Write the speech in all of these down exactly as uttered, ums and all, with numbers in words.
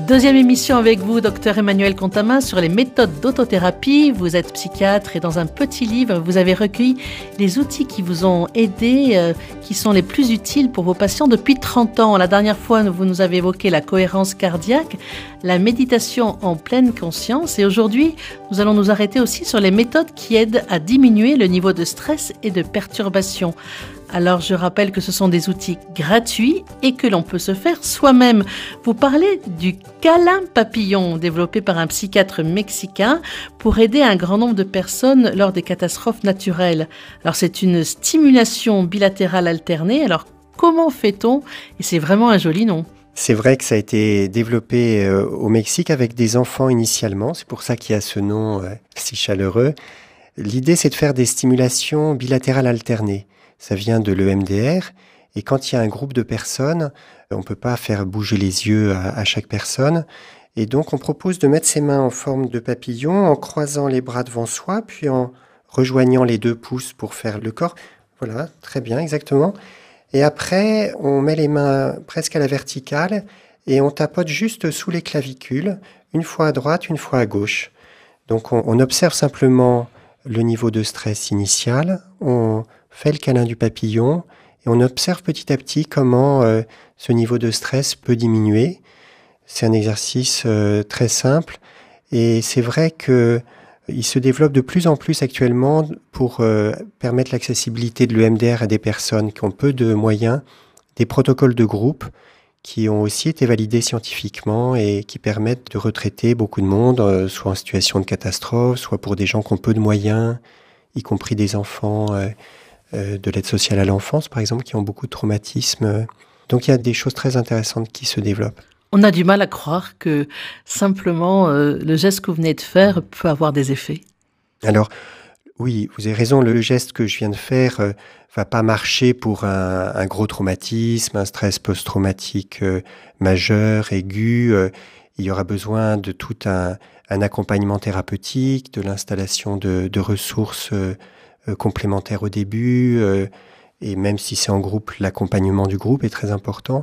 Deuxième émission avec vous, docteur Emmanuel Contamin, sur les méthodes d'autothérapie. Vous êtes psychiatre et dans un petit livre, vous avez recueilli les outils qui vous ont aidé, euh, qui sont les plus utiles pour vos patients depuis trente ans. La dernière fois, vous nous avez évoqué la cohérence cardiaque, la méditation en pleine conscience. Et aujourd'hui, nous allons nous arrêter aussi sur les méthodes qui aident à diminuer le niveau de stress et de perturbation. Alors, je rappelle que ce sont des outils gratuits et que l'on peut se faire soi-même. Vous parlez du câlin papillon développé par un psychiatre mexicain pour aider un grand nombre de personnes lors des catastrophes naturelles. Alors, c'est une stimulation bilatérale alternée. Alors, comment fait-on? Et c'est vraiment un joli nom. C'est vrai que ça a été développé euh, au Mexique avec des enfants initialement. C'est pour ça qu'il y a ce nom euh, si chaleureux. L'idée, c'est de faire des stimulations bilatérales alternées. Ça vient de l'E M D R, et quand il y a un groupe de personnes, on ne peut pas faire bouger les yeux à, à chaque personne, et donc on propose de mettre ses mains en forme de papillon, en croisant les bras devant soi, puis en rejoignant les deux pouces pour faire le corps. Voilà, très bien, exactement. Et après, on met les mains presque à la verticale, et on tapote juste sous les clavicules, une fois à droite, une fois à gauche. Donc on, on observe simplement le niveau de stress initial, on fait le câlin du papillon et on observe petit à petit comment euh, ce niveau de stress peut diminuer. C'est un exercice euh, très simple et c'est vrai qu'il se développe de plus en plus actuellement pour euh, permettre l'accessibilité de l'E M D R à des personnes qui ont peu de moyens, des protocoles de groupe qui ont aussi été validés scientifiquement et qui permettent de retraiter beaucoup de monde, euh, soit en situation de catastrophe, soit pour des gens qui ont peu de moyens, y compris des enfants euh, euh, de l'aide sociale à l'enfance, par exemple, qui ont beaucoup de traumatismes. Donc il y a des choses très intéressantes qui se développent. On a du mal à croire que simplement euh, le geste que vous venez de faire peut avoir des effets. Alors, oui, vous avez raison, le geste que je viens de faire euh, va pas marcher pour un, un gros traumatisme, un stress post-traumatique euh, majeur, aigu. Euh, il y aura besoin de tout un, un accompagnement thérapeutique, de l'installation de, de ressources euh, euh, complémentaires au début, euh, et même si c'est en groupe, l'accompagnement du groupe est très important.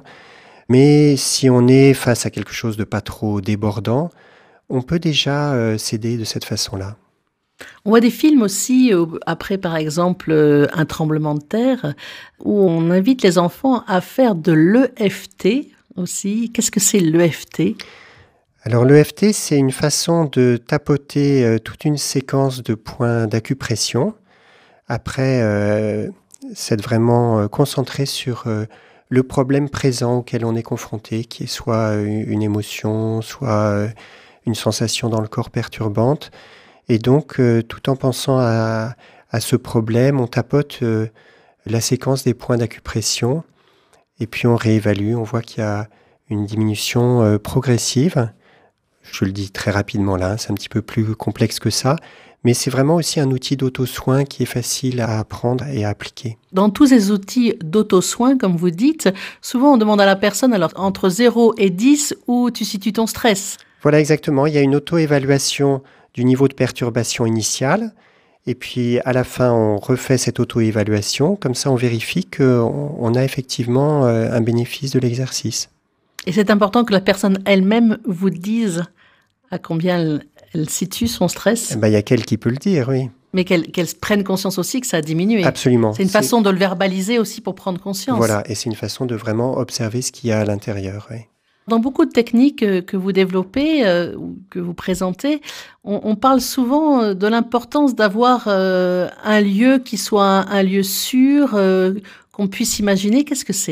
Mais si on est face à quelque chose de pas trop débordant, on peut déjà euh, s'aider de cette façon-là. On voit des films aussi, euh, après par exemple euh, un tremblement de terre, où on invite les enfants à faire de l'E F T aussi. Qu'est-ce que c'est l'E F T ? Alors l'E F T, c'est une façon de tapoter euh, toute une séquence de points d'acupression. Après, euh, c'est vraiment euh, concentré sur euh, le problème présent auquel on est confronté, qui est soit une émotion, soit euh, une sensation dans le corps perturbante. Et donc, euh, tout en pensant à, à ce problème, on tapote euh, la séquence des points d'acupression et puis on réévalue. On voit qu'il y a une diminution euh, progressive. Je le dis très rapidement là, c'est un petit peu plus complexe que ça. Mais c'est vraiment aussi un outil d'auto-soin qui est facile à apprendre et à appliquer. Dans tous ces outils d'auto-soin, comme vous dites, souvent on demande à la personne, alors entre zéro et dix, où tu situes ton stress. Voilà, exactement. Il y a une auto-évaluation du niveau de perturbation initiale. Et puis, à la fin, on refait cette auto-évaluation. Comme ça, on vérifie qu'on on a effectivement euh, un bénéfice de l'exercice. Et c'est important que la personne elle-même vous dise à combien elle, elle situe son stress. Eh ben, il y a qu'elle qui peut le dire, oui. Mais qu'elle, qu'elle prenne conscience aussi que ça a diminué. Absolument. C'est une c'est... façon de le verbaliser aussi pour prendre conscience. Voilà, et c'est une façon de vraiment observer ce qu'il y a à l'intérieur, oui. Dans beaucoup de techniques que vous développez, euh, que vous présentez, on, on parle souvent de l'importance d'avoir euh, un lieu qui soit un, un lieu sûr, euh, qu'on puisse imaginer. Qu'est-ce que c'est ?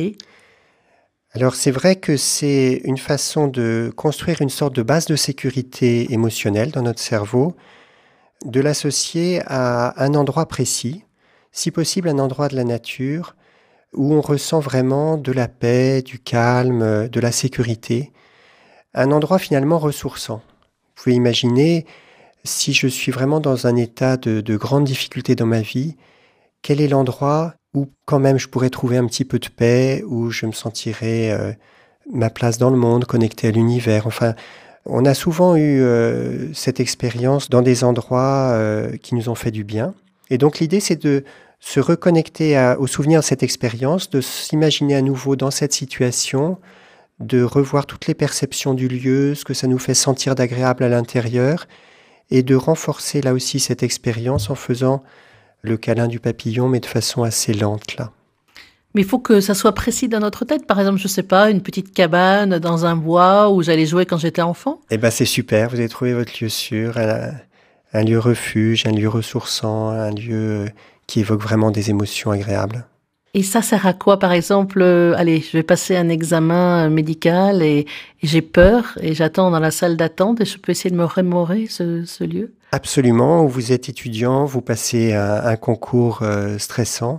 Alors c'est vrai que c'est une façon de construire une sorte de base de sécurité émotionnelle dans notre cerveau, de l'associer à un endroit précis, si possible un endroit de la nature, où on ressent vraiment de la paix, du calme, de la sécurité. Un endroit finalement ressourçant. Vous pouvez imaginer, si je suis vraiment dans un état de, de grande difficulté dans ma vie, quel est l'endroit où quand même je pourrais trouver un petit peu de paix, où je me sentirais euh, ma place dans le monde, connecté à l'univers. Enfin, on a souvent eu euh, cette expérience dans des endroits euh, qui nous ont fait du bien. Et donc l'idée, c'est de se reconnecter à, au souvenir de cette expérience, de s'imaginer à nouveau dans cette situation, de revoir toutes les perceptions du lieu, ce que ça nous fait sentir d'agréable à l'intérieur, et de renforcer là aussi cette expérience en faisant le câlin du papillon, mais de façon assez lente là. Mais il faut que ça soit précis dans notre tête. Par exemple, je sais pas, une petite cabane dans un bois où j'allais jouer quand j'étais enfant. Eh ben c'est super, vous avez trouvé votre lieu sûr, un, un lieu refuge, un lieu ressourçant, un lieu qui évoque vraiment des émotions agréables. Et ça sert à quoi, par exemple, euh, allez, je vais passer un examen médical et, et j'ai peur et j'attends dans la salle d'attente et je peux essayer de me remémorer ce, ce lieu? Absolument, vous êtes étudiant, vous passez un, un concours euh, stressant.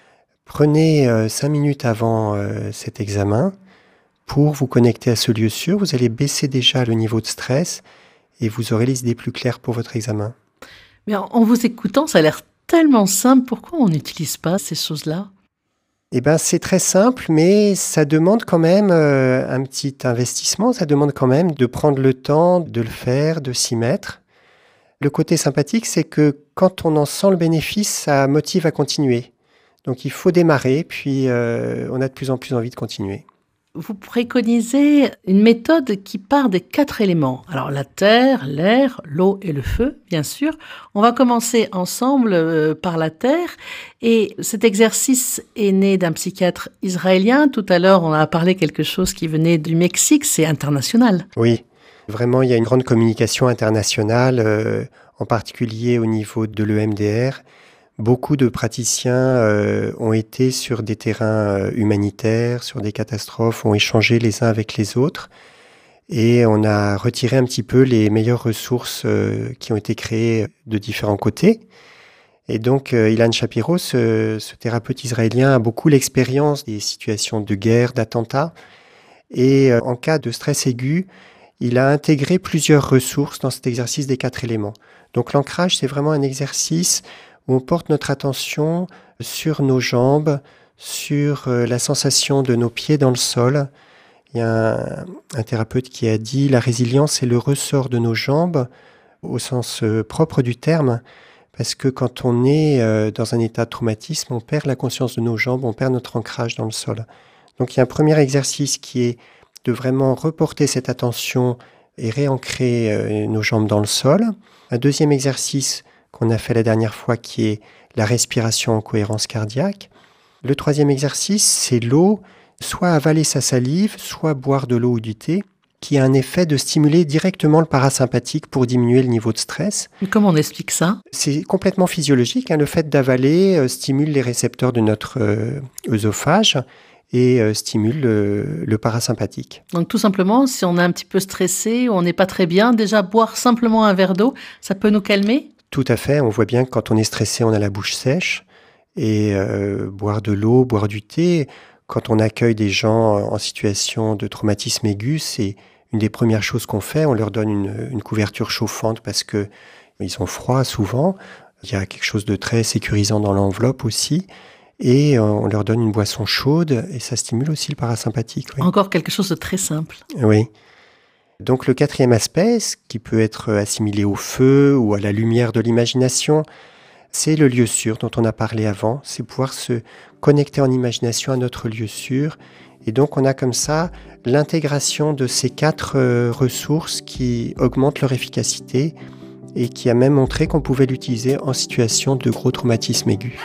Prenez euh, cinq minutes avant euh, cet examen pour vous connecter à ce lieu sûr. Vous allez baisser déjà le niveau de stress et vous aurez les idées plus claires pour votre examen. Mais en, en vous écoutant, ça a l'air tellement simple. Pourquoi on n'utilise pas ces choses-là? Eh ben, c'est très simple, mais ça demande quand même euh, un petit investissement. Ça demande quand même de prendre le temps de le faire, de s'y mettre. Le côté sympathique, c'est que quand on en sent le bénéfice, ça motive à continuer. Donc il faut démarrer, puis euh, on a de plus en plus envie de continuer. Vous préconisez une méthode qui part des quatre éléments. Alors la terre, l'air, l'eau et le feu, bien sûr. On va commencer ensemble euh, par la terre. Et cet exercice est né d'un psychiatre israélien. Tout à l'heure, on a parlé quelque chose qui venait du Mexique. C'est international. Oui, vraiment, il y a une grande communication internationale, euh, en particulier au niveau de l'E M D R. Beaucoup de praticiens euh, ont été sur des terrains euh, humanitaires, sur des catastrophes, ont échangé les uns avec les autres et on a retiré un petit peu les meilleures ressources euh, qui ont été créées de différents côtés. Et donc euh, Ilan Shapiro, ce, ce thérapeute israélien, a beaucoup l'expérience des situations de guerre, d'attentats et euh, en cas de stress aigu, il a intégré plusieurs ressources dans cet exercice des quatre éléments. Donc l'ancrage, c'est vraiment un exercice où on porte notre attention sur nos jambes, sur euh, la sensation de nos pieds dans le sol. Il y a un, un thérapeute qui a dit « La résilience est le ressort de nos jambes » au sens euh, propre du terme, parce que quand on est euh, dans un état de traumatisme, on perd la conscience de nos jambes, on perd notre ancrage dans le sol. Donc il y a un premier exercice qui est de vraiment reporter cette attention et réancrer euh, nos jambes dans le sol. Un deuxième exercice qu'on a fait la dernière fois, qui est la respiration en cohérence cardiaque. Le troisième exercice, c'est l'eau, soit avaler sa salive, soit boire de l'eau ou du thé, qui a un effet de stimuler directement le parasympathique pour diminuer le niveau de stress. Mais comment on explique ça? C'est complètement physiologique, hein. Le fait d'avaler euh, stimule les récepteurs de notre euh, œsophage et euh, stimule le, le parasympathique. Donc tout simplement, si on est un petit peu stressé ou on n'est pas très bien, déjà boire simplement un verre d'eau, ça peut nous calmer? Tout à fait, on voit bien que quand on est stressé, on a la bouche sèche. Et euh, boire de l'eau, boire du thé, quand on accueille des gens en situation de traumatisme aigu, c'est une des premières choses qu'on fait. On leur donne une, une couverture chauffante parce qu'ils ont froid souvent. Il y a quelque chose de très sécurisant dans l'enveloppe aussi. Et on leur donne une boisson chaude et ça stimule aussi le parasympathique. Oui. Encore quelque chose de très simple. Oui. Donc le quatrième aspect, ce qui peut être assimilé au feu ou à la lumière de l'imagination, c'est le lieu sûr dont on a parlé avant, c'est pouvoir se connecter en imagination à notre lieu sûr. Et donc on a comme ça l'intégration de ces quatre euh, ressources qui augmentent leur efficacité et qui a même montré qu'on pouvait l'utiliser en situation de gros traumatisme aigu.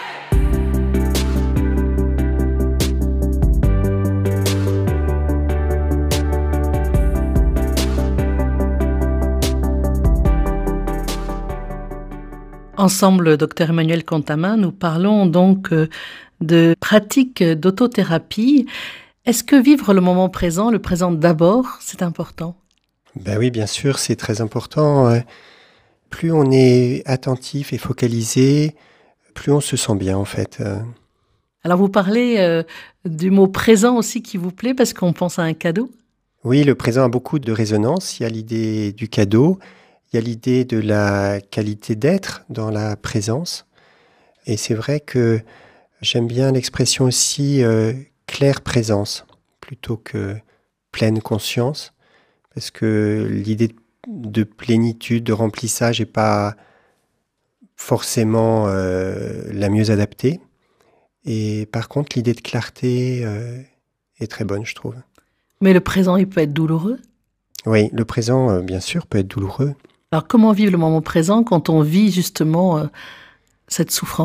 Ensemble, docteur Emmanuel Contamin, nous parlons donc de pratiques d'autothérapie. Est-ce que vivre le moment présent, le présent d'abord, c'est important? Ben oui, bien sûr, c'est très important. Plus on est attentif et focalisé, plus on se sent bien en fait. Alors vous parlez euh, du mot présent aussi qui vous plaît parce qu'on pense à un cadeau? Oui, le présent a beaucoup de résonance. Il y a l'idée du cadeau. Il y a l'idée de la qualité d'être dans la présence. Et c'est vrai que j'aime bien l'expression aussi euh, claire présence plutôt que pleine conscience. Parce que l'idée de plénitude, de remplissage n'est pas forcément euh, la mieux adaptée. Et par contre, l'idée de clarté euh, est très bonne, je trouve. Mais le présent, il peut être douloureux. Oui, le présent, euh, bien sûr, peut être douloureux. Alors comment vivre le moment présent quand on vit justement euh, cette souffrance ?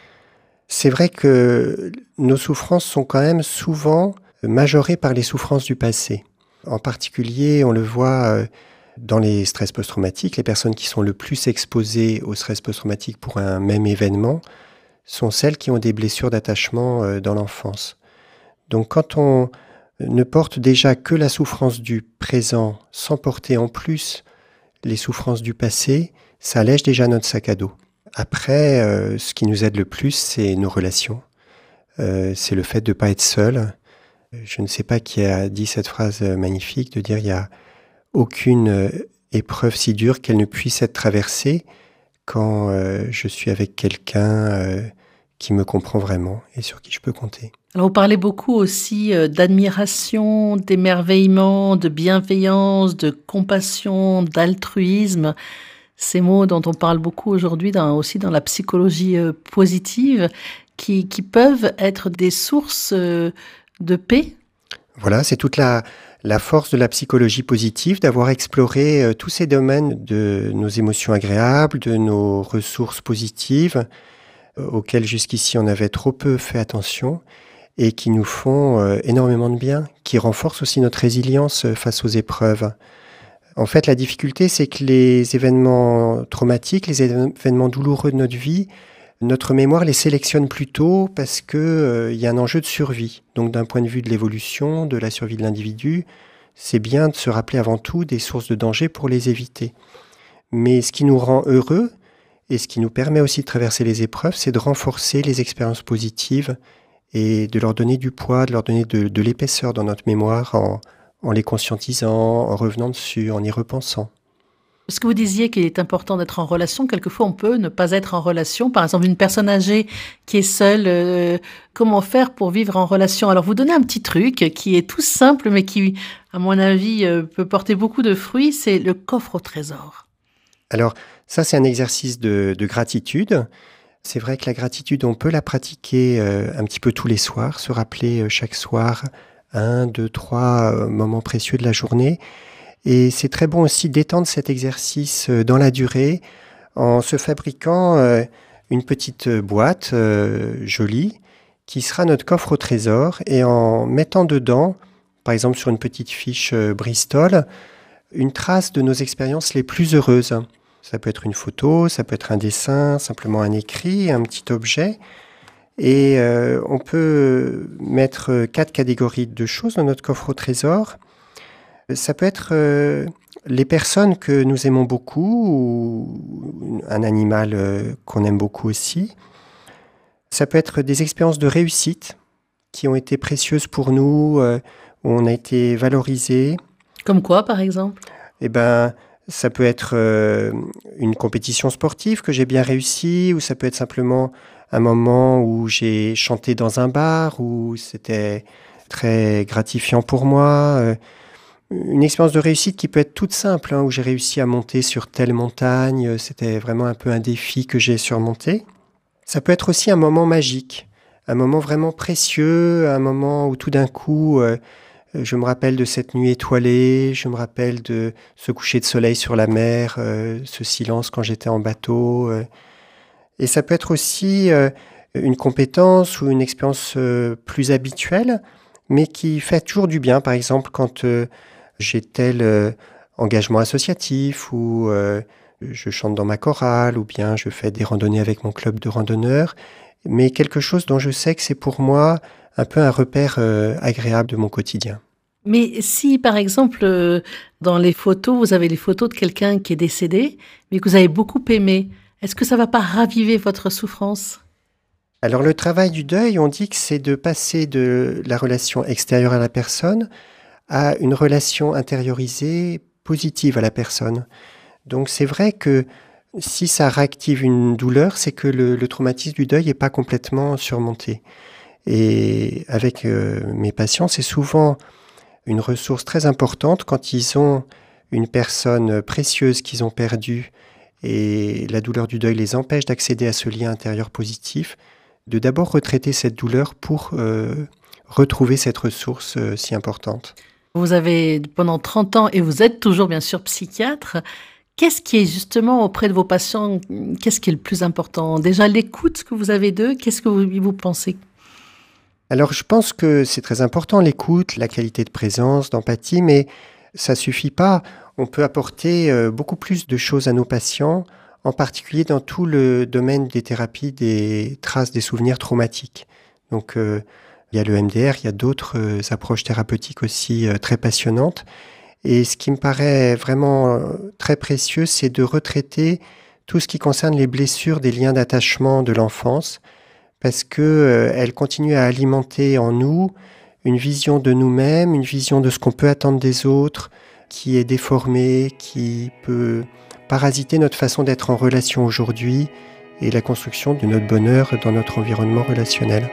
C'est vrai que nos souffrances sont quand même souvent majorées par les souffrances du passé. En particulier, on le voit euh, dans les stress post-traumatiques, les personnes qui sont le plus exposées au stress post-traumatique pour un même événement sont celles qui ont des blessures d'attachement euh, dans l'enfance. Donc quand on ne porte déjà que la souffrance du présent sans porter en plus les souffrances du passé, ça allège déjà notre sac à dos. Après, euh, ce qui nous aide le plus, c'est nos relations. Euh, c'est le fait de ne pas être seul. Je ne sais pas qui a dit cette phrase magnifique, de dire il n'y a aucune épreuve si dure qu'elle ne puisse être traversée quand euh, je suis avec quelqu'un euh, qui me comprend vraiment et sur qui je peux compter. Alors vous parlez beaucoup aussi euh, d'admiration, d'émerveillement, de bienveillance, de compassion, d'altruisme. Ces mots dont on parle beaucoup aujourd'hui dans, aussi dans la psychologie euh, positive, qui, qui peuvent être des sources euh, de paix. Voilà, c'est toute la, la force de la psychologie positive, d'avoir exploré euh, tous ces domaines de nos émotions agréables, de nos ressources positives, euh, auxquelles jusqu'ici on avait trop peu fait attention, et qui nous font euh, énormément de bien, qui renforcent aussi notre résilience euh, face aux épreuves. En fait, la difficulté, c'est que les événements traumatiques, les événements douloureux de notre vie, notre mémoire les sélectionne plus tôt parce qu'il euh, y a un enjeu de survie. Donc d'un point de vue de l'évolution, de la survie de l'individu, c'est bien de se rappeler avant tout des sources de danger pour les éviter. Mais ce qui nous rend heureux et ce qui nous permet aussi de traverser les épreuves, c'est de renforcer les expériences positives et de leur donner du poids, de leur donner de, de l'épaisseur dans notre mémoire en, en les conscientisant, en revenant dessus, en y repensant. Parce que vous disiez qu'il est important d'être en relation, quelquefois on peut ne pas être en relation. Par exemple, une personne âgée qui est seule, euh, comment faire pour vivre en relation ? Alors vous donnez un petit truc qui est tout simple, mais qui, à mon avis, euh, peut porter beaucoup de fruits, c'est le coffre au trésor. Alors ça, c'est un exercice de, de gratitude. C'est vrai que la gratitude, on peut la pratiquer euh, un petit peu tous les soirs, se rappeler euh, chaque soir un, deux, trois euh, moments précieux de la journée. Et c'est très bon aussi d'étendre cet exercice euh, dans la durée en se fabriquant euh, une petite boîte euh, jolie qui sera notre coffre au trésor et en mettant dedans, par exemple sur une petite fiche euh, Bristol, une trace de nos expériences les plus heureuses. Ça peut être une photo, ça peut être un dessin, simplement un écrit, un petit objet. Et euh, on peut mettre quatre catégories de choses dans notre coffre au trésor. Ça peut être euh, les personnes que nous aimons beaucoup ou un animal euh, qu'on aime beaucoup aussi. Ça peut être des expériences de réussite qui ont été précieuses pour nous, euh, où on a été valorisés. Comme quoi, par exemple ? Eh ben, ça peut être euh, une compétition sportive que j'ai bien réussi, ou ça peut être simplement un moment où j'ai chanté dans un bar, où c'était très gratifiant pour moi. Euh, une expérience de réussite qui peut être toute simple, hein, où j'ai réussi à monter sur telle montagne. C'était vraiment un peu un défi que j'ai surmonté. Ça peut être aussi un moment magique, un moment vraiment précieux, un moment où tout d'un coup... Euh, Je me rappelle de cette nuit étoilée, je me rappelle de ce coucher de soleil sur la mer, euh, ce silence quand j'étais en bateau. Euh. Et ça peut être aussi euh, une compétence ou une expérience euh, plus habituelle, mais qui fait toujours du bien. Par exemple, quand euh, j'ai tel euh, engagement associatif, ou euh, je chante dans ma chorale, ou bien je fais des randonnées avec mon club de randonneurs, mais quelque chose dont je sais que c'est pour moi un peu un repère euh, agréable de mon quotidien. Mais si, par exemple, euh, dans les photos, vous avez les photos de quelqu'un qui est décédé, mais que vous avez beaucoup aimé, est-ce que ça ne va pas raviver votre souffrance ? Alors le travail du deuil, on dit que c'est de passer de la relation extérieure à la personne à une relation intériorisée positive à la personne. Donc c'est vrai que si ça réactive une douleur, c'est que le, le traumatisme du deuil n'est pas complètement surmonté. Et avec euh, mes patients, c'est souvent une ressource très importante quand ils ont une personne précieuse qu'ils ont perdue et la douleur du deuil les empêche d'accéder à ce lien intérieur positif, de d'abord retraiter cette douleur pour euh, retrouver cette ressource euh, si importante. Vous avez pendant trente ans et vous êtes toujours bien sûr psychiatre. Qu'est-ce qui est justement auprès de vos patients, qu'est-ce qui est le plus important? Déjà l'écoute que vous avez d'eux, qu'est-ce que vous, vous pensez? Alors je pense que c'est très important l'écoute, la qualité de présence, d'empathie, mais ça suffit pas. On peut apporter euh, beaucoup plus de choses à nos patients, en particulier dans tout le domaine des thérapies des traces des souvenirs traumatiques. Donc euh, il y a le M D R, il y a d'autres euh, approches thérapeutiques aussi euh, très passionnantes. Et ce qui me paraît vraiment très précieux, c'est de retraiter tout ce qui concerne les blessures des liens d'attachement de l'enfance, parce que euh, elles continuent à alimenter en nous une vision de nous-mêmes, une vision de ce qu'on peut attendre des autres, qui est déformée, qui peut parasiter notre façon d'être en relation aujourd'hui et la construction de notre bonheur dans notre environnement relationnel.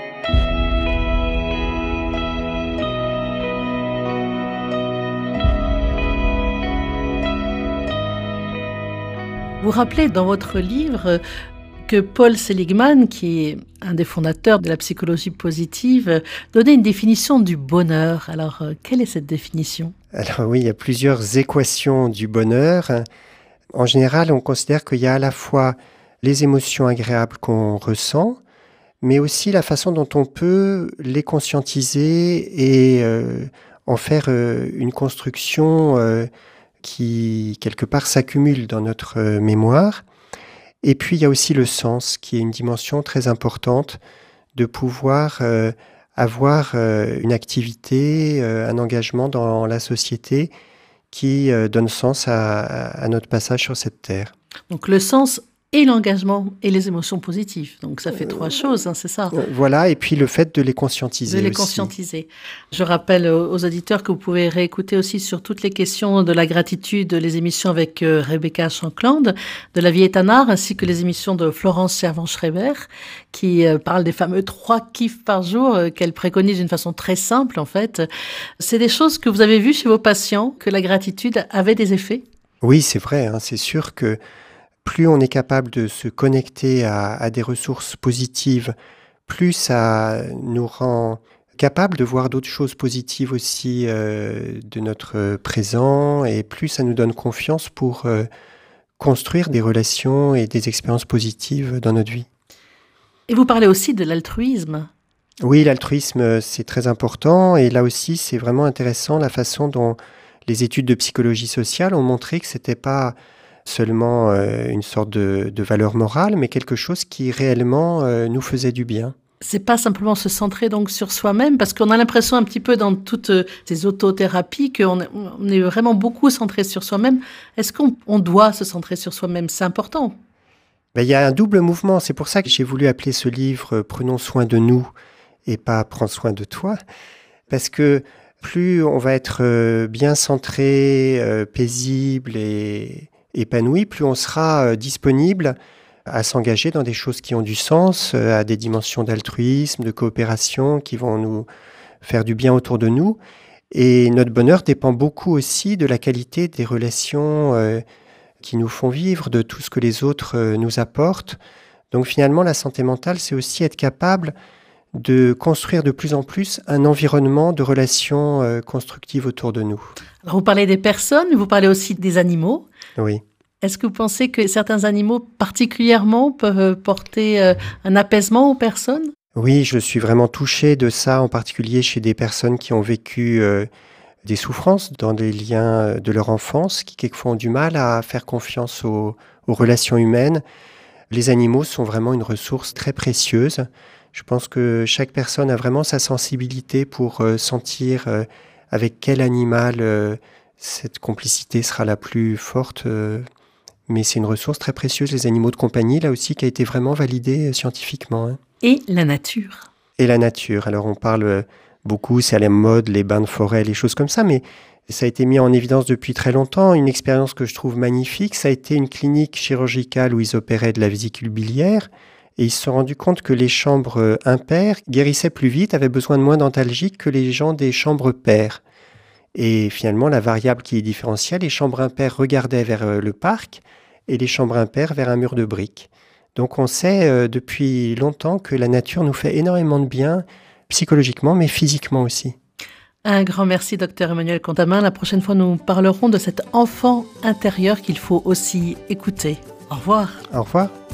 Vous rappelez dans votre livre que Paul Seligman, qui est un des fondateurs de la psychologie positive, donnait une définition du bonheur. Alors, quelle est cette définition? Alors oui, il y a plusieurs équations du bonheur. En général, on considère qu'il y a à la fois les émotions agréables qu'on ressent, mais aussi la façon dont on peut les conscientiser et euh, en faire euh, une construction euh, qui, quelque part, s'accumule dans notre euh, mémoire. Et puis, il y a aussi le sens, qui est une dimension très importante de pouvoir euh, avoir euh, une activité, euh, un engagement dans la société qui euh, donne sens à, à notre passage sur cette terre. Donc, le sens et l'engagement et les émotions positives. Donc, ça fait euh, trois choses, hein, c'est ça? Voilà, et puis le fait de les conscientiser De les aussi. conscientiser. Je rappelle aux auditeurs que vous pouvez réécouter aussi sur toutes les questions de la gratitude les émissions avec euh, Rebecca Shankland de La Vie est un art, ainsi que les émissions de Florence Servan-Schreiber, qui euh, parle des fameux trois kiffs par jour euh, qu'elle préconise d'une façon très simple, en fait. C'est des choses que vous avez vues chez vos patients, que la gratitude avait des effets? Oui, c'est vrai, hein, c'est sûr que plus on est capable de se connecter à, à des ressources positives, plus ça nous rend capable de voir d'autres choses positives aussi euh, de notre présent, et plus ça nous donne confiance pour euh, construire des relations et des expériences positives dans notre vie. Et vous parlez aussi de l'altruisme. Oui, l'altruisme, c'est très important, et là aussi, c'est vraiment intéressant la façon dont les études de psychologie sociale ont montré que c'était pas seulement euh, une sorte de, de valeur morale, mais quelque chose qui réellement euh, nous faisait du bien. C'est pas simplement se centrer donc sur soi-même, parce qu'on a l'impression un petit peu dans toutes ces autothérapies qu'on on est vraiment beaucoup centré sur soi-même. Est-ce qu'on on doit se centrer sur soi-même? C'est important. Ben, il y a un double mouvement. C'est pour ça que j'ai voulu appeler ce livre « Prenons soin de nous » et pas « Prends soin de toi ». Parce que plus on va être bien centré, euh, paisible et épanoui, plus on sera euh, disponible à s'engager dans des choses qui ont du sens, euh, à des dimensions d'altruisme, de coopération qui vont nous faire du bien autour de nous. Et notre bonheur dépend beaucoup aussi de la qualité des relations euh, qui nous font vivre, de tout ce que les autres euh, nous apportent. Donc finalement, la santé mentale, c'est aussi être capable de construire de plus en plus un environnement de relations euh, constructives autour de nous. Alors vous parlez des personnes, vous parlez aussi des animaux. Oui. Est-ce que vous pensez que certains animaux particulièrement peuvent porter euh, un apaisement aux personnes? Oui, je suis vraiment touché de ça, en particulier chez des personnes qui ont vécu euh, des souffrances dans les liens de leur enfance, qui quelquefois ont du mal à faire confiance aux, aux relations humaines. Les animaux sont vraiment une ressource très précieuse. Je pense que chaque personne a vraiment sa sensibilité pour euh, sentir euh, avec quel animal euh, cette complicité sera la plus forte. Euh, mais c'est une ressource très précieuse, les animaux de compagnie, là aussi, qui a été vraiment validée euh, scientifiquement. Hein. Et la nature. Et la nature. Alors on parle euh, beaucoup, c'est à la mode, les bains de forêt, les choses comme ça, mais ça a été mis en évidence depuis très longtemps. Une expérience que je trouve magnifique, ça a été une clinique chirurgicale où ils opéraient de la vésicule biliaire. Et ils se sont rendus compte que les chambres impaires guérissaient plus vite, avaient besoin de moins d'antalgiques que les gens des chambres paires. Et finalement, la variable qui est différentielle, les chambres impaires regardaient vers le parc et les chambres impaires vers un mur de briques. Donc on sait euh, depuis longtemps que la nature nous fait énormément de bien, psychologiquement, mais physiquement aussi. Un grand merci, docteur Emmanuel Contamin. La prochaine fois, nous parlerons de cet enfant intérieur qu'il faut aussi écouter. Au revoir. Au revoir.